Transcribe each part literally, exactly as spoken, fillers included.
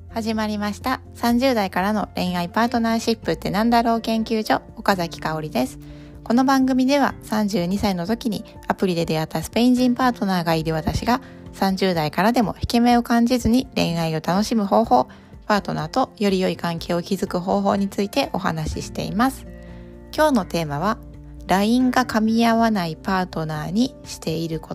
始まりましたさんじゅう代からの恋愛パートナーシップってなんだろう研究所、岡崎香織です。この番組ではさんじゅうにさいの時にアプリで出会ったスペイン人パートナーがいる私がさんじゅう代からでも引け目を感じずに恋愛を楽しむ方法、パートナーとより良い関係を築く方法についてお話ししています。今日のテーマは ライン が噛み合わないパートナーにしていること。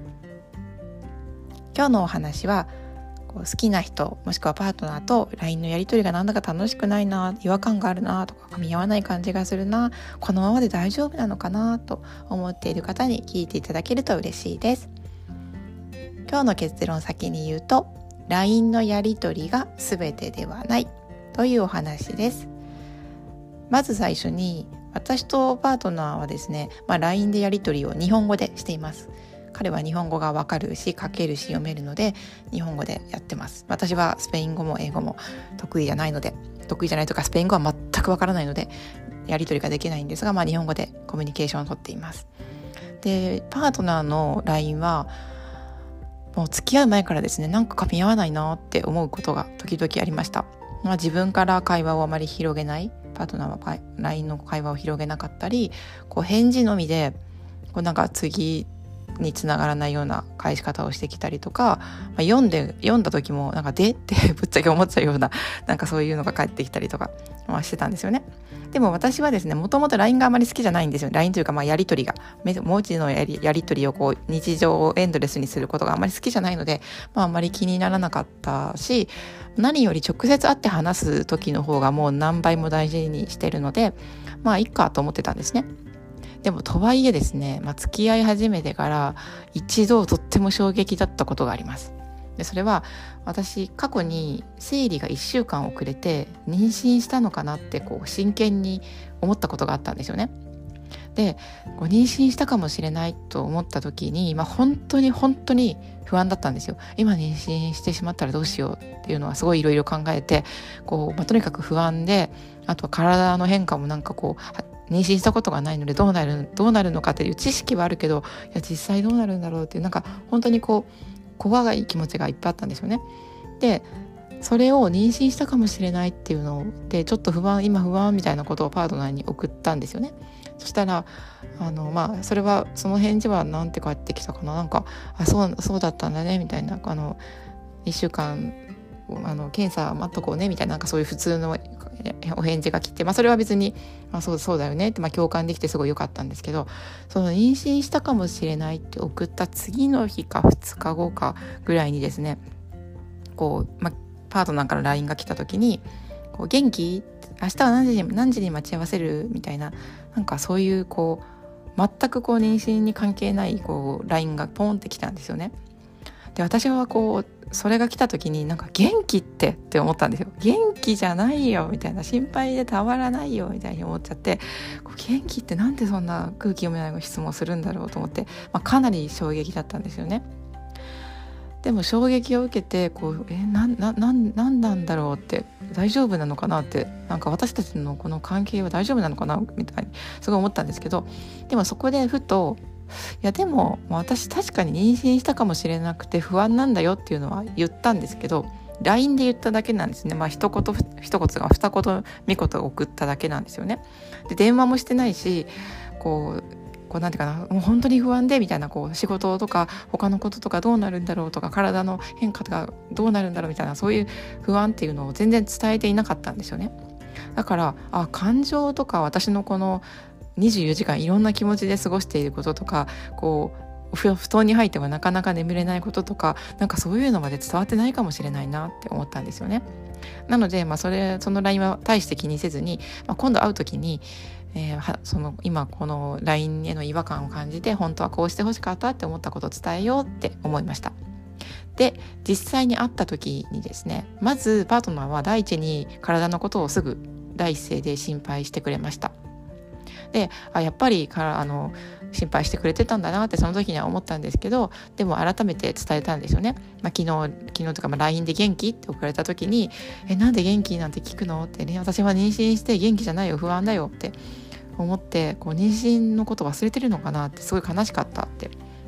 今日のお話は好きな人もしくはパートナーと ライン のやり取りがなんだか楽しくないな、違和感があるなとか、噛み合わない感じがするな、このままで大丈夫なのかなと思っている方に聞いていただけると嬉しいです。今日の結論先に言うと、 ライン のやり取りが全てではないというお話です。まず最初に、私とパートナーはですね、まあ、ライン でやり取りを日本語でしています。彼は日本語がわかるし書けるし読めるので日本語でやってます。私はスペイン語も英語も得意じゃないので得意じゃないとかスペイン語は全くわからないのでやり取りができないんですが、まあ、日本語でコミュニケーションをとっています。でパートナーの ライン はもう付き合う前からですね、なんか噛み合わないなって思うことが時々ありました。まあ、自分から会話をあまり広げない、パートナーは ライン の会話を広げなかったり、こう返事のみでこうなんか次につながらないような返し方をしてきたりとか、まあ、読んで読んだ時もなんかでってぶっちゃけ思っちゃうようななんかそういうのが返ってきたりとか、まあ、してたんですよね。でも私はですね、もともと ライン があまり好きじゃないんですよ。 ライン というかまあやり取りが文字のやり、やり取りをこう日常をエンドレスにすることがあまり好きじゃないので、まあ、あまり気にならなかったし、何より直接会って話す時の方がもう何倍も大事にしてるので、まあいいかと思ってたんですね。でもとはいえですね、まあ、付き合い始めてから一度とっても衝撃だったことがあります。でそれは私過去に生理がいっしゅうかん遅れて妊娠したのかなってこう真剣に思ったことがあったんですよね。でこう妊娠したかもしれないと思った時に、まあ、本当に本当に不安だったんですよ。今妊娠してしまったらどうしようっていうのはすごいいろいろ考えて、こう、まあ、とにかく不安で、あとは体の変化もなんかこう妊娠したことがないのでどうなるどうなるのかっていう知識はあるけど、いや実際どうなるんだろうっていう、なんか本当にこう怖い気持ちがいっぱいあったんですよね。でそれを妊娠したかもしれないっていうのでちょっと不安今不安みたいなことをパートナーに送ったんですよね。そしたらあのまあそれはその返事はなんて返ってきたかな、なんかあそうそうだったんだねみたいな、あのいっしゅうかんあの検査待っとこうねみたいな、なんかそういう普通のお返事が来て、まあ、それは別にあそうそうだよねって、まあ、共感できてすごい良かったんですけど、その妊娠したかもしれないって送った次の日かふつかごかぐらいにですね、こう、まあ、パートナーから ライン が来た時にこう元気明日は何時に何時に待ち合わせるみたいな、なんかそういうこう全くこう妊娠に関係ないこう ライン がポンって来たんですよね。で私はこうそれが来た時になんか元気ってって思ったんですよ。元気じゃないよみたいな、心配でたまらないよみたいに思っちゃって、こう元気ってなんでそんな空気読めない質問するんだろうと思って、まあ、かなり衝撃だったんですよね。でも衝撃を受けてこうえななななんなんだろうって、大丈夫なのかなって、なんか私たちのこの関係は大丈夫なのかなみたいにすごい思ったんですけど、でもそこでふといやでも私確かに妊娠したかもしれなくて不安なんだよっていうのは言ったんですけど、 ライン で言っただけなんですね。まあ一言一言が二言三言送っただけなんですよね。で電話もしてないし、こうこうなんていうかな、もう本当に不安でみたいな、こう仕事とか他のこととかどうなるんだろうとか体の変化がどうなるんだろうみたいな、そういう不安っていうのを全然伝えていなかったんですよね。だからあ感情とか私のこのにじゅうよじかんいろんな気持ちで過ごしていることとか、こう布団に入ってもなかなか眠れないこととか、なんかそういうのまで伝わってないかもしれないなって思ったんですよね。なので、まあ、それその ライン は大して気にせずに、まあ、今度会う時に、えー、その今この ライン への違和感を感じて本当はこうしてほしかったって思ったことを伝えようって思いました。で実際に会った時にですね、まずパートナーは第一に体のことをすぐ第一声で心配してくれました。であやっぱりからあの心配してくれてたんだなってその時には思ったんですけど、でも改めて伝えたんですよね。まあ、昨日昨日とか、まあ、ライン で元気って送られた時にえなんで元気なんて聞くのってね、私は妊娠して元気じゃないよ不安だよって思って、こう妊娠のこと忘れてるのかなってすごい悲しかったって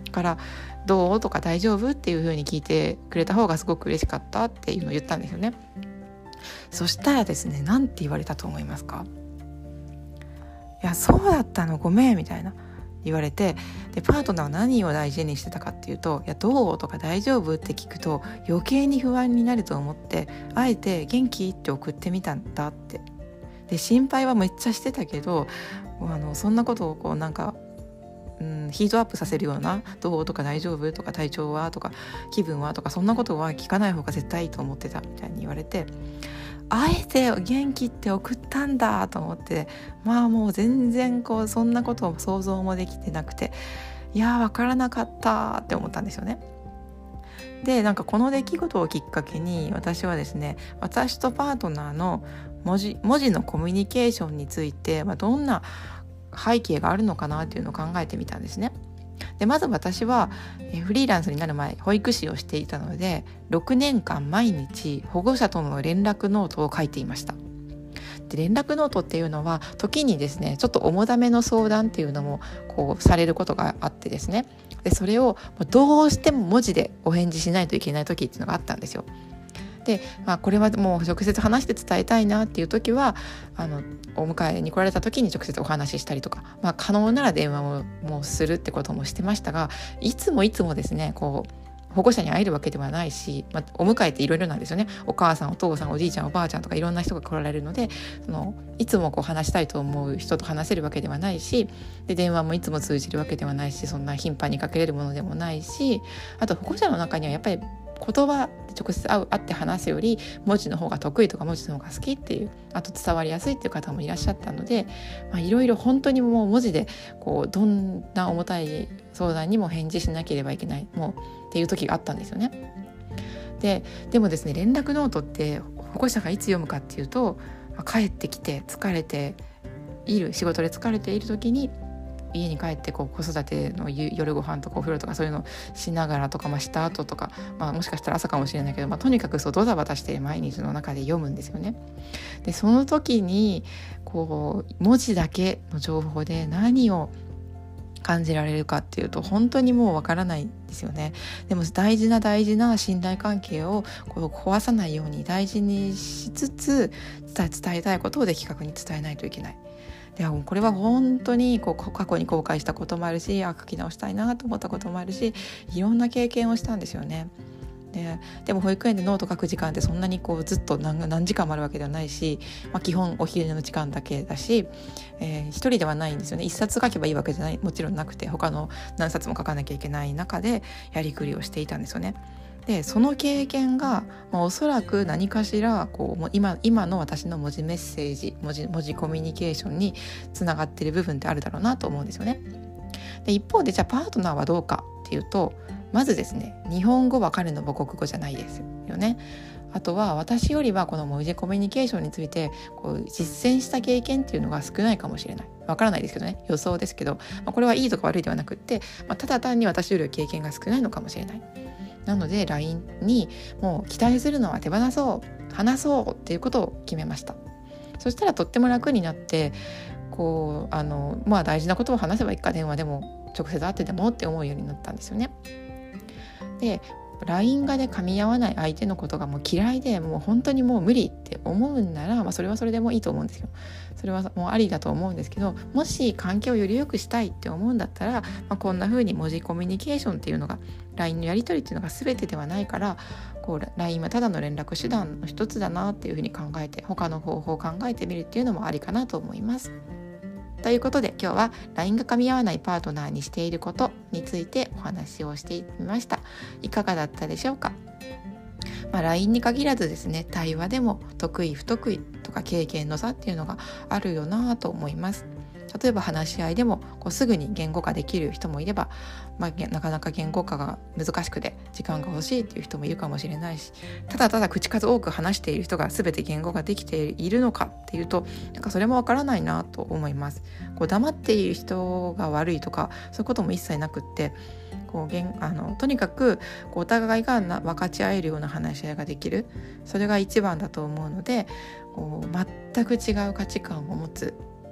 だからどうとか大丈夫っていう風に聞いてくれた方がすごく嬉しかったっていうのを言ったんですよね。そしたらですね、なんて言われたと思いますか？いや、そうだったの、ごめんみたいな言われて、でパートナーは何を大事にしてたかっていうと、いやどうとか大丈夫って聞くと余計に不安になると思って、あえて元気って送ってみたんだって。で心配はめっちゃしてたけど、あのそんなことをこうなんか、うん、ヒートアップさせるようなどうとか大丈夫とか体調はとか気分はとかそんなことは聞かない方が絶対いいと思ってたみたいに言われて、あえて元気って送ったんだと思って、まあもう全然こうそんなことを想像もできてなくて、いや分からなかったって思ったんですよね。でなんかこの出来事をきっかけに私はですね、私とパートナーの文字文字のコミュニケーションについて、まあ、どんな背景があるのかなっていうのを考えてみたんですね。でまず私はフリーランスになる前保育士をしていたので、ろくねんかん毎日保護者との連絡ノートを書いていました。で連絡ノートっていうのは時にですねちょっと重ための相談っていうのもこうされることがあってですね、でそれをどうしても文字でお返事しないといけない時っていうのがあったんですよ。で、まあ、これはもう直接話して伝えたいなっていう時はあのお迎えに来られた時に直接お話ししたりとか、まあ、可能なら電話ももうするってこともしてましたが、いつもいつもですねこう保護者に会えるわけではないし、まあ、お迎えっていろいろなんですよね。お母さんお父さんおじいちゃんおばあちゃんとかいろんな人が来られるので、そのいつもこう話したいと思う人と話せるわけではないし、で電話もいつも通じるわけではないし、そんな頻繁にかけれるものでもないし、あと保護者の中にはやっぱり言葉で直接会う会って話すより文字の方が得意とか文字の方が好きっていう、あと伝わりやすいっていう方もいらっしゃったので、いろいろ本当にもう文字でこうどんな重たい相談にも返事しなければいけないもうっていう時があったんですよね。ででもですね、連絡ノートって保護者がいつ読むかっていうと、帰ってきて疲れている仕事で疲れている時に家に帰ってこう子育ての夜ご飯とかお風呂とかそういうのをしながらとか、まあ、した後とか、まあ、もしかしたら朝かもしれないけど、まあ、とにかくそうドタバタして毎日の中で読むんですよね。でその時にこう文字だけの情報で何を感じられるかっていうと本当にもうわからないんですよね。でも大事な大事な信頼関係をこう壊さないように大事にしつつ伝えたいことを的確に伝えないといけない。でこれは本当にこう過去に後悔したこともあるし、あ書き直したいなと思ったこともあるし、いろんな経験をしたんですよね。で, でも保育園でノート書く時間ってそんなにこうずっと 何, 何時間もあるわけではないし、まあ、基本お昼の時間だけだし、えー、一人ではないんですよね。一冊書けばいいわけじゃないもちろんなくて、他の何冊も書かなきゃいけない中でやりくりをしていたんですよね。でその経験が、まあ、おそらく何かしらこうもう 今, 今の私の文字メッセージ文字、文字コミュニケーションにつながっている部分ってあるだろうなと思うんですよね。で一方でじゃあパートナーはどうかっていうと、まずですね日本語は彼の母国語じゃないですよね。あとは私よりはこの文字コミュニケーションについてこう実践した経験っていうのが少ないかもしれない。わからないですけどね、予想ですけど、まあ、これはいいとか悪いではなくって、まあ、ただ単に私よりは経験が少ないのかもしれない。なので ライン にもう期待するのは手放そう話そうっていうことを決めました。そしたらとっても楽になって、こうあのまあ大事なことを話せばいいか、電話でも直接会ってでもって思うようになったんですよね。で ライン がね噛み合わない相手のことがもう嫌いで、もう本当にもう無理って思うんなら、まあ、それはそれでもいいと思うんですよ。それはもうありだと思うんですけど、もし関係をより良くしたいって思うんだったら、まあ、こんな風に文字コミュニケーションっていうのが ライン のやり取りっていうのが全てではないから、こう ライン はただの連絡手段の一つだなっていう風に考えて、他の方法を考えてみるっていうのもありかなと思います。ということで今日は ライン が噛み合わないパートナーにしていることについてお話をしてみました。いかがだったでしょうか。まあ、ライン に限らずですね、対話でも得意不得意とか経験の差っていうのがあるよなと思います。例えば話し合いでもこうすぐに言語化できる人もいれば、まあ、なかなか言語化が難しくて時間が欲しいっていう人もいるかもしれないし、ただただ口数多く話している人が全て言語ができているのかっていうと、なんかそれもわからないなと思います。こう黙っている人が悪いとかそういうことも一切なくって、こうあのとにかくこうお互いがな分かち合えるような話し合いができる、それが一番だと思うので、こう全く違う価値観を持つ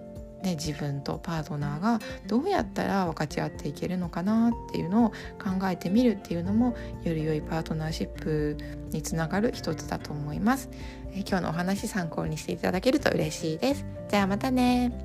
ね、自分とパートナーがどうやったら分かち合っていけるのかなっていうのを考えてみるっていうのもより良いパートナーシップにつながる一つだと思います。え今日のお話参考にしていただけると嬉しいです。じゃあまたね。